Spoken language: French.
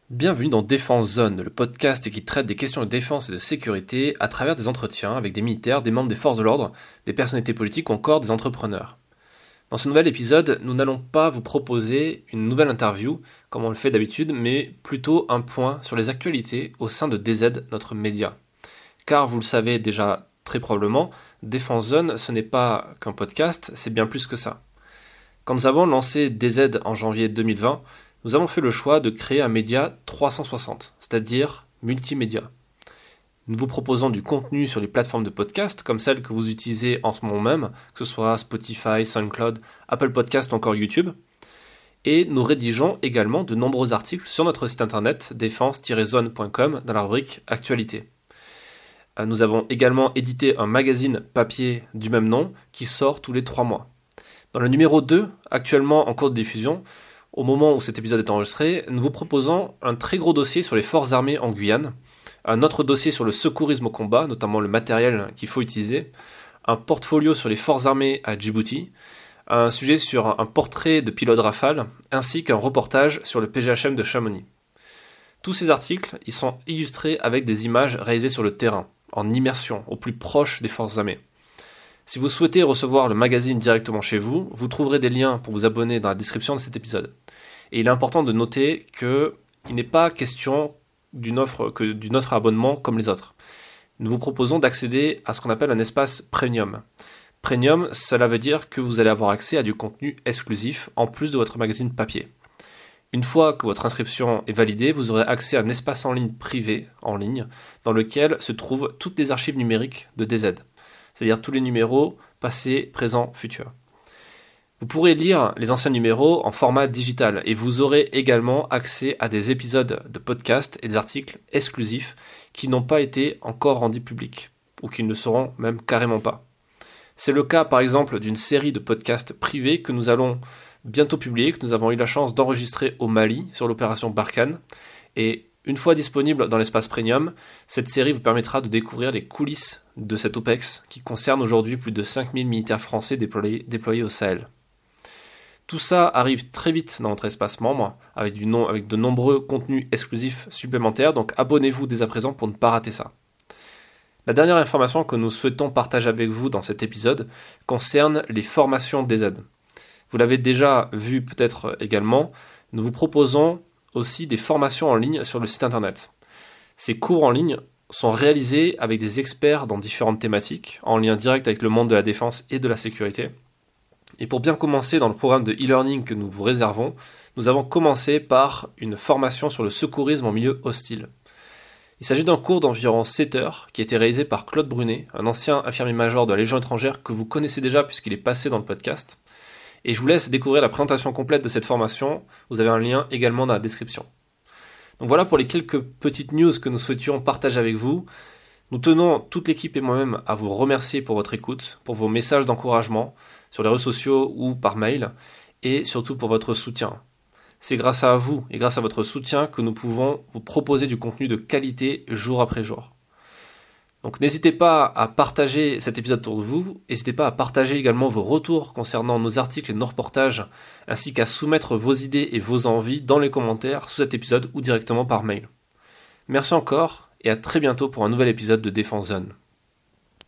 Bienvenue dans Défense Zone, le podcast qui traite des questions de défense et de sécurité à travers des entretiens avec des militaires, des membres des forces de l'ordre, des personnalités politiques ou encore des entrepreneurs. Dans ce nouvel épisode, nous n'allons pas vous proposer une nouvelle interview, comme on le fait d'habitude, mais plutôt un point sur les actualités au sein de DZ, notre média. Car vous le savez déjà très probablement, Défense Zone, ce n'est pas qu'un podcast, c'est bien plus que ça. Quand nous avons lancé DZ en janvier 2020, nous avons fait le choix de créer un média 360, c'est-à-dire multimédia. Nous vous proposons du contenu sur les plateformes de podcast, comme celles que vous utilisez en ce moment même, que ce soit Spotify, SoundCloud, Apple Podcast ou encore YouTube. Et nous rédigeons également de nombreux articles sur notre site internet défense-zone.com dans la rubrique Actualité. Nous avons également édité un magazine papier du même nom qui sort tous les 3 mois. Dans le numéro 2, actuellement en cours de diffusion, au moment où cet épisode est enregistré, nous vous proposons un très gros dossier sur les forces armées en Guyane, un autre dossier sur le secourisme au combat, notamment le matériel qu'il faut utiliser, un portfolio sur les forces armées à Djibouti, un sujet sur un portrait de pilote Rafale, ainsi qu'un reportage sur le PGHM de Chamonix. Tous ces articles, ils sont illustrés avec des images réalisées sur le terrain, en immersion, au plus proche des forces armées. Si vous souhaitez recevoir le magazine directement chez vous, vous trouverez des liens pour vous abonner dans la description de cet épisode. Et il est important de noter qu'il n'est pas question d'une offre à abonnement comme les autres. Nous vous proposons d'accéder à ce qu'on appelle un espace premium. Premium, cela veut dire que vous allez avoir accès à du contenu exclusif en plus de votre magazine papier. Une fois que votre inscription est validée, vous aurez accès à un espace en ligne privé, en ligne, dans lequel se trouvent toutes les archives numériques de DZ. C'est-à-dire tous les numéros passés, présents, futurs. Vous pourrez lire les anciens numéros en format digital et vous aurez également accès à des épisodes de podcast et des articles exclusifs qui n'ont pas été encore rendus publics ou qui ne le seront même carrément pas. C'est le cas par exemple d'une série de podcasts privés que nous allons bientôt publier, que nous avons eu la chance d'enregistrer au Mali sur l'opération Barkhane. Et une fois disponible dans l'espace premium, cette série vous permettra de découvrir les coulisses de cette OPEX qui concerne aujourd'hui plus de 5000 militaires français déployés au Sahel. Tout ça arrive très vite dans notre espace membre avec de nombreux contenus exclusifs supplémentaires, donc abonnez-vous dès à présent pour ne pas rater ça. La dernière information que nous souhaitons partager avec vous dans cet épisode concerne les formations DZ. Vous l'avez déjà vu peut-être également, nous vous proposons aussi des formations en ligne sur le site internet. Ces cours en ligne sont réalisés avec des experts dans différentes thématiques, en lien direct avec le monde de la défense et de la sécurité. Et pour bien commencer dans le programme de e-learning que nous vous réservons, nous avons commencé par une formation sur le secourisme en milieu hostile. Il s'agit d'un cours d'environ 7 heures qui a été réalisé par Claude Brunet, un ancien infirmier-major de la Légion étrangère que vous connaissez déjà puisqu'il est passé dans le podcast. Et je vous laisse découvrir la présentation complète de cette formation, vous avez un lien également dans la description. Donc voilà pour les quelques petites news que nous souhaitions partager avec vous. Nous tenons, toute l'équipe et moi-même, à vous remercier pour votre écoute, pour vos messages d'encouragement sur les réseaux sociaux ou par mail, et surtout pour votre soutien. C'est grâce à vous et grâce à votre soutien que nous pouvons vous proposer du contenu de qualité jour après jour. Donc n'hésitez pas à partager cet épisode autour de vous, n'hésitez pas à partager également vos retours concernant nos articles et nos reportages, ainsi qu'à soumettre vos idées et vos envies dans les commentaires sous cet épisode ou directement par mail. Merci encore et à très bientôt pour un nouvel épisode de Défense Zone.